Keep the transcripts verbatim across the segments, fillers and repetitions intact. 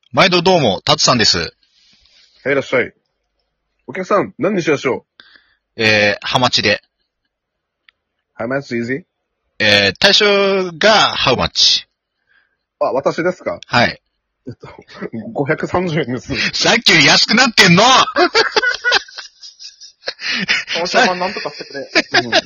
毎度どうも、タツさんです。 はい、いらっしゃい。お客さん、何にしましょえー、ハマチで。 う ?How much is it? えー、対象が How much? あ、私ですか？ はい。 えっと、ごひゃくさんじゅうえんです。 さっきより安くなってんのお茶さんなんとかしてくれ。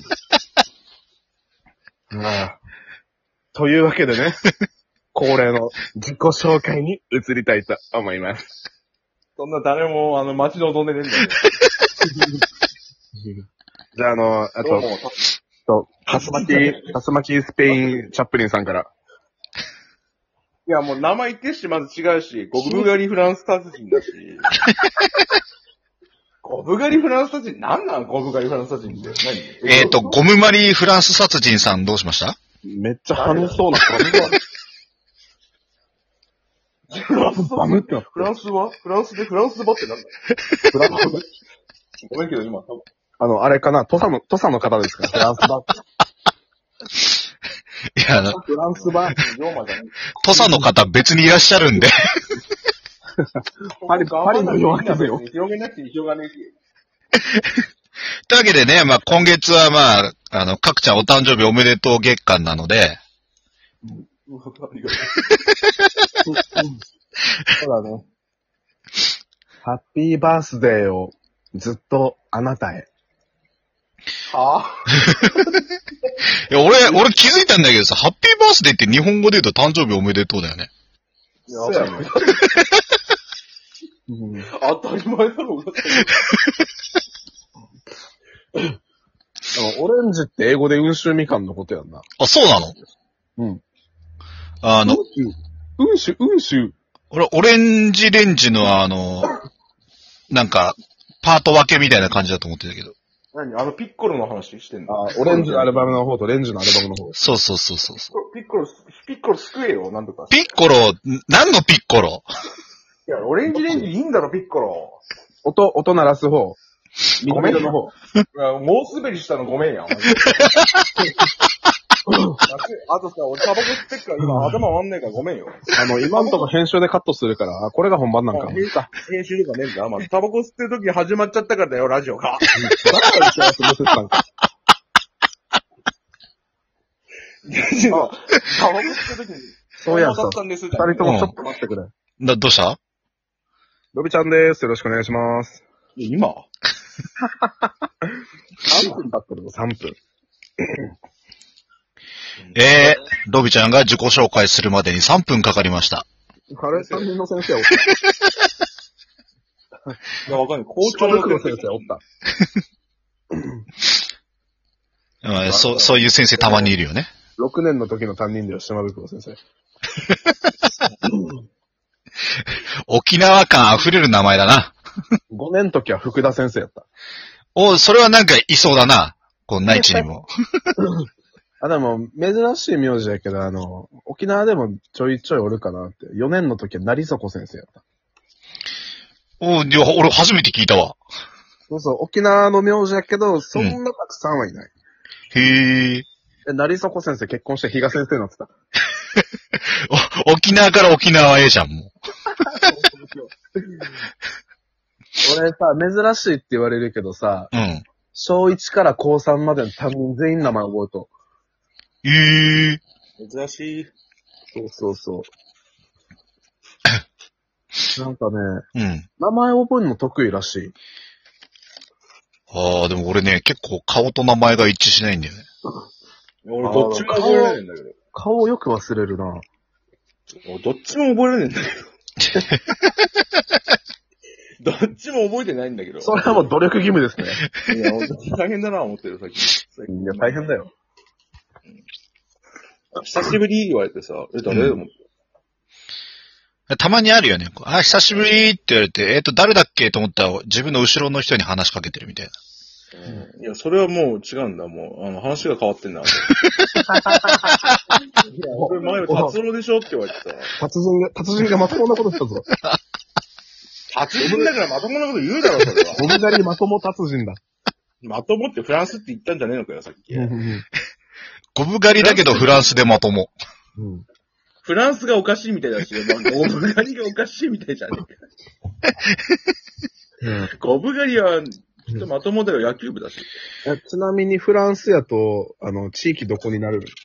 うん、ああというわけでね、恒例の自己紹介に移りたいと思います。 そんな誰も、あの、待ち望んでねえんだよ。 じゃあ、あの、あと、と、タスマキ、タスマキスペインチャップリンさんから。 いや、もう名前言ってし、まず違うし、ゴブガリフランス達人だし。ゴブガリフランス達人なんなんゴブガリフランス達人って何？ えっと、ゴムマリフランス殺人さんどうしました？ めっちゃ寒そうな感じだ。 フランスバムってフランスはフランスでフランスバってなんだフランスごめんけど今、 あの、あれかな土佐の、土佐の方ですか？フランスバ。 いや、あの、 フランスバローマじゃない。 土佐の方別にいらっしゃるんで。 パリ、パリの夜明けだよ。 広げなくて広がねえし。 というわけでね、まあ今月はまあ、あの、各ちゃんお誕生日おめでとう月間なので、 うわ、ありがとそうだね。ハッピーバースデーをずっとあなたへ。 う。はぁ、 いや、俺、俺気づいたんだけどさ、ハッピーバースデーって日本語で言うと誕生日おめでとうだよね。 いや、そうやろ。 うん、 当たり前だろうが。 オレンジって英語で温州みかんのことやんな。 あ、そうなの？ うん。 あの、 温州、温州。 俺、オレンジレンジのあの、なんか、パート分けみたいな感じだと思ってたけど。 何あのピッコロの話してんの？ あ、オレンジのアルバムの方とレンジのアルバムの方。 そうそうそうそうそう。 ピッコロ、ピッコロ救えよ、なんとか。 ピッコロ、何のピッコロ？ いや、オレンジレンジいいんだろ、ピッコロ。 音、音鳴らす方。緑色の方。 いや、もう滑りしたのごめんや。マジであとさ、俺タバコ吸ってっから今頭回んねえからごめんよ。 あの、今んとこ編集でカットするから、あこれが本番なんか。 編集とかねえんだ。まあ、タバコ吸ってる時に始まっちゃったからだよ、ラジオが。 だから一緒に過ごせてたんか。 タバコ吸ってる時に。 そうやさ、 二二人ともちょっと待ってくれ。 な、どうした？ ロビちゃんです。よろしくお願いします。 今さんぷん経ってるの、さんぷん。 えー、ロビちゃんが自己紹介するまでにさんぷんかかりました。 あれ担任の先生おった。いや、わかんない。校た。 長の先生おった。 うん、そう、そういう先生たまにいるよね。 ろくねんの時の担任だよ、島袋先生。 沖縄感溢れる名前だな。 ごねんの時は福田先生やった。 お、それはなんかいそうだな。こう、内地にも。 あ、でも、珍しい名字やけど、あの、沖縄でもちょいちょいおるかなって。よねんの時は成底先生やった。 お、いや、俺初めて聞いたわ。 そうそう、沖縄の名字やけど、そんなたくさんはいない。 うん、へえ。 成底先生結婚して比嘉先生になってた。 お、沖縄から沖縄へじゃん、もう。 俺さ、珍しいって言われるけどさ、 うん。 小いちから高さんまでの担任全員名前覚えと。 えー。 珍しい。 そうそうそう。なんかね、 うん。 名前覚えるの得意らしい。 ああ、でも俺ね、結構顔と名前が一致しないんだよね。 俺どっちも覚えられないんだけど。 顔をよく忘れるな。 俺どっちも覚えられないんだけど。どっちも覚えてないんだけど。 それはもう努力義務ですね。 いや、大変だな、思ってる、さっき。 いや、大変だよ。 久しぶり言われてさ、え、誰、 うん、たまにあるよね。あ、久しぶりって言われて、えっと、誰だっけと思ったら自分の後ろの人に話しかけてるみたいな。 うん、いや、それはもう違うんだ、もう。あの、話が変わってんだ。いや、俺前は達郎でしょって言われてさ。 達人が、達人がまともなことしたぞ。 達人だからまともなこと言うだろ、それは。 ゴブガリまとも達人だ。 まともってフランスって言ったんじゃねえのかよ、さっき。 ゴブ狩りだけどフランスでまとも。 うん。 フランスがおかしいみたいだし、まあ、ゴブガリがおかしいみたいじゃねえか。ゴブガリは、きっとまともだよ、野球部だし。 えちなみにフランスやと、あの、地域どこになるの？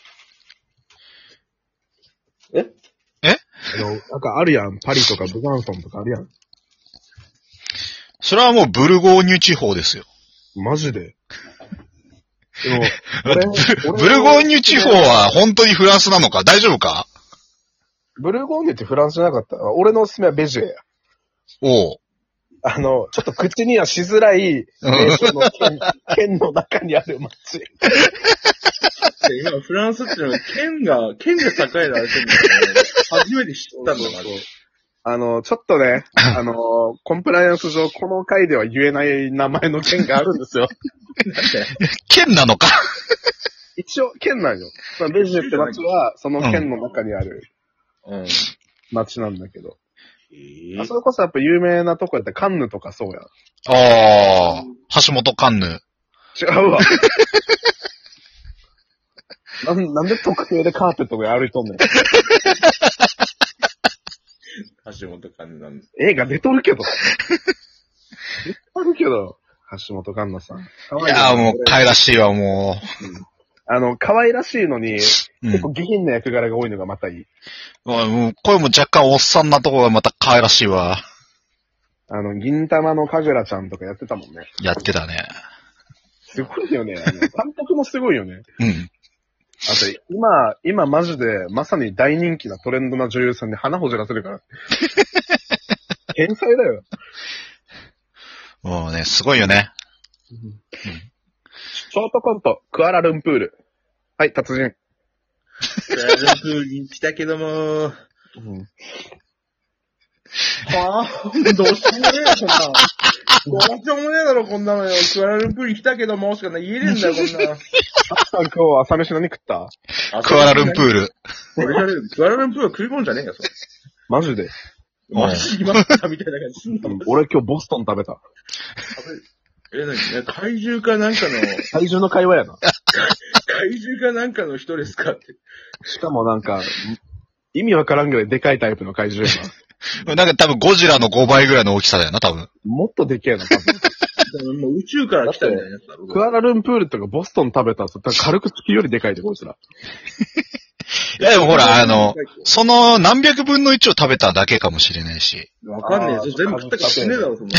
ええあの、なんかあるやん。パリとかブザンソンとかあるやん。 それはもうブルゴーニュ地方ですよ。 マジで。でも、 ブブルゴーニュ地方は本当にフランスなのか大丈夫か？ ブルゴーニュってフランスじゃなかった？俺のおすすめはベジュエや。 おう。 あの、ちょっと口にはしづらい名称の県、県の中にある町。 今、フランスっていうのは、県が、県で栄えられてるんだよね。初めて知ったのが。 あの、ちょっとね、あの、コンプライアンス上、この回では言えない名前の県があるんですよ。 なんで県なのか一応、県なんよ。まあ、ベジュって町は、その県の中にあるうん。 町なんだけど。 えあそれこそやっぱ有名なとこやったらカンヌとかそうや。 ああ、橋本環奈。 違うわ。なんなんで特定でカーペットが歩いとんねん。 橋本環奈なん映画出とるけど。出とるけど、橋本環奈さん。 いやーもう、可愛らしいわ、もあの、可愛らしいのに、 う。 結構下品な役柄が多いのがまたいい。 うん。もう声も若干おっさんなところがまた可愛らしいわ。 あの、銀玉のかぐらちゃんとかやってたもんね。 やってたね。 すごいよね。あの監督もすごいよね。 うん。 あと、今、今マジで、まさに大人気なトレンドな女優さんで鼻ほじらせるから。天才だよ。 もうね、すごいよね。 ショートコント、クアラルンプール。はい、達人。 クアラルンプールに来たけども、 うん、 はぁ、どうしようもねえよ、こんなの。どうしようもねえだろ、こんなのよ。クアラルンプールに来たけども、しかない言えねえんだよ、こんな。 あさん今日朝飯何食った？ クアラルンプール。 俺じゃねえクアラルンプールは食い物じゃねえよ、それ。 マジで。 マジでましたみたいな感じすんの。 俺今日ボストン食べた。 え、なに怪獣かなんかの、 体重の会話やな。 怪獣かなんかの人ですかって。 しかもなんか、意味わからんぐらいでかいタイプの怪獣やな。 なんか多分ゴジラのごばいぐらいの大きさだよな、多分。 もっとでけえな、多分。 もう宇宙から来たみたいなやつだろ。 クアラルンプールとかボストン食べた後、軽く地球よりでかいで、こいつら。 いやでもほら、あの、その何百分の一を食べただけかもしれないし。 わかんねえぞ。全部食ったか死ねえだろ、そんな。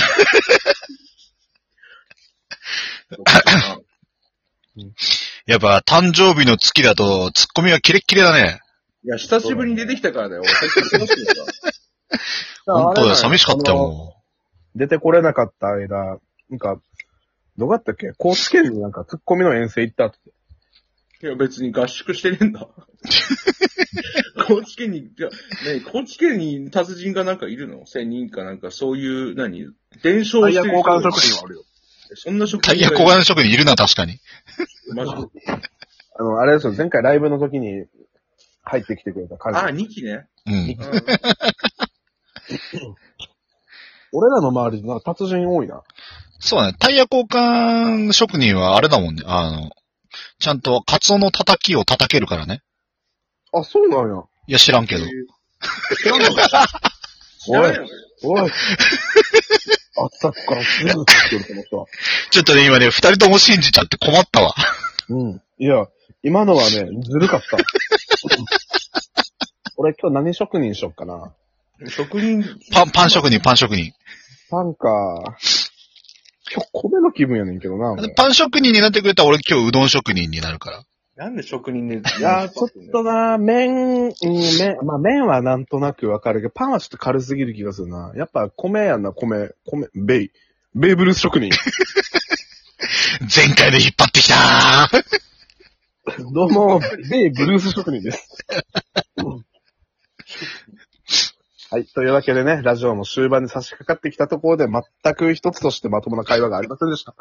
やっぱ誕生日の月だとツッコミはキレッキレだね。 いや、久しぶりに出てきたからだよ。さっき言ってましたよ。 本当だよ、寂しかったよ、も出てこれなかった間、なんか、どうだったっけ高知県になんかツッコミの遠征行ったって。 いや、別に合宿してねえんだ。高知県に、じゃ、ね、高知県に達人がなんかいるの千人かなんかそういう、何伝承タイヤしてる交換職人はあるよ。 そんな職う。タイヤ交換職人いるな、確かに。 マジで。 あの、あれですよ、前回ライブの時に入ってきてくれた感じ。 あ、にきね。 うん。 うん俺らの周りでなんか達人多いな。 そうだね。タイヤ交換職人はあれだもんね。あの、ちゃんとカツオの叩きを叩けるからね。 あ、そうなんや。 いや、知らんけど。 知らんのか知らんよ。 おい。あったっからすぐ来てると思ったわ。 ちょっとね、今ね、二人とも信じちゃって困ったわ。 うん。いや、今のはね、ずるかった。俺今日何職人しよっかな。 職人。 パン、パン職人、パン職人。 パンか。今日米の気分やねんけどな。俺パン職人になってくれたら俺今日うどん職人になるから。 なんで職人で。いいやー、ちょっとな、麺、うん、麺、まあ麺はなんとなくわかるけど、パンはちょっと軽すぎる気がするな。やっぱ米やんな、米、米、ベイ。ベイブルース職人。 前回で引っ張ってきたー。 どうも、ベイブルース職人です。はい。というわけでね、ラジオも終盤に差し掛かってきたところで、全く一つとしてまともな会話がありませんでした。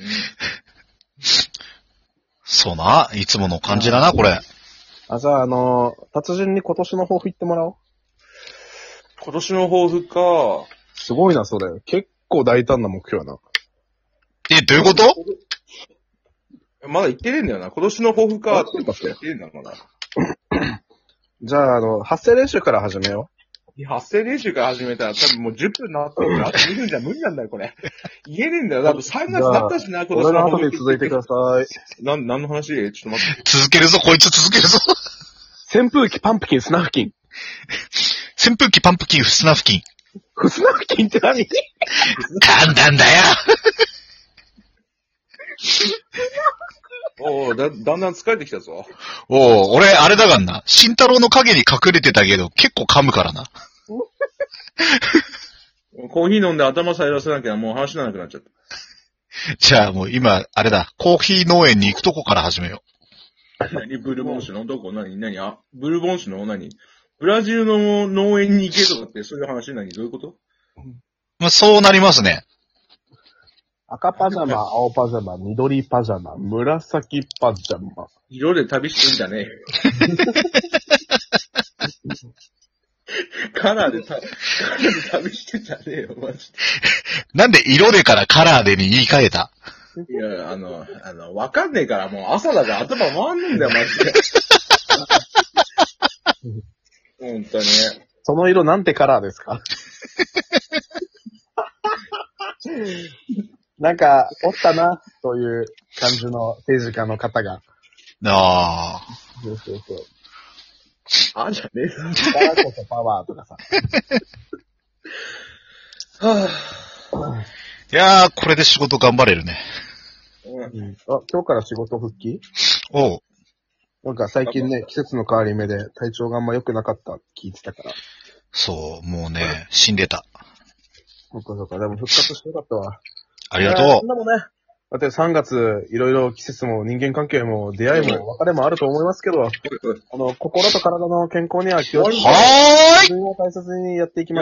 そうな。いつもの感じだな、これ。 あ、じゃあ、あのー、達人に今年の抱負言ってもらおう。 今年の抱負か。 すごいな、それ。結構大胆な目標やな。 え、どういうこと？ まだ言ってねえんだよな。今年の抱負かってあそうだっけ言ってねえんだ、まだ。 じゃあ、あの、発声練習から始めよ発声練習から始めたら多分もうじゅっぷんなってるから、あとにふんじゃ無理なんだよ、これ。言えねえんだよ。だってさんがつだったしな、 う。 今年俺の後に続いてください。 なん、何の話ちょっと待って。 続けるぞ、こいつ続けるぞ。 扇風機、パンプキン、スナフキン。 扇風機、パンプキン、スナフキン。 フスナフキンって何？ 簡単だよ。 おおだ、だんだん疲れてきたぞ。 おう、俺、あれだがんな。慎太郎の影に隠れてたけど、結構噛むからな。 コーヒー飲んで頭さえ出せなきゃもう話にならなくなっちゃった。 じゃあもう今、あれだ。コーヒー農園に行くとこから始めよ何ブルボン酒のどこ何何あ、ブルボン酒の何ブラジルの農園に行けとかってそういう話何どういうこと？ う。まあ、そうなりますね。 赤パジャマ、青パジャマ、緑パジャマ、紫パジャマ。 色で旅してんじゃねえよ。カラーでた、カラーで旅してんじゃねえよ、マジなんで色でからカラーでに言い換えた？ で。いや、あの、あの、わかんねえからもう朝だから頭回んねえんだよ、マジで。ほんとに。 その色なんてカラーですか？なんか、おったな、という感じの政治家の方が。 ああ。 そうそうそう。 あ、じゃねえよ。 だからこそパワーとかさ。 はぁ、 いやー、これで仕事頑張れるね。 うん。 うん、あ、今日から仕事復帰？ おう。 なんか最近ね、季節の変わり目で体調があんま良くなかったって聞いてたから。 そう、もうね、死んでた。 そっかそっか、でも復活してよかったわ。 ありがいやとそんなもんね。だってさんがつ、いろいろ季節も人間関係も出会いも別れもあると思いますけど、あの、心と体の健康には気をつけて、 う。はーい。 自分を大切にやっていきましょう。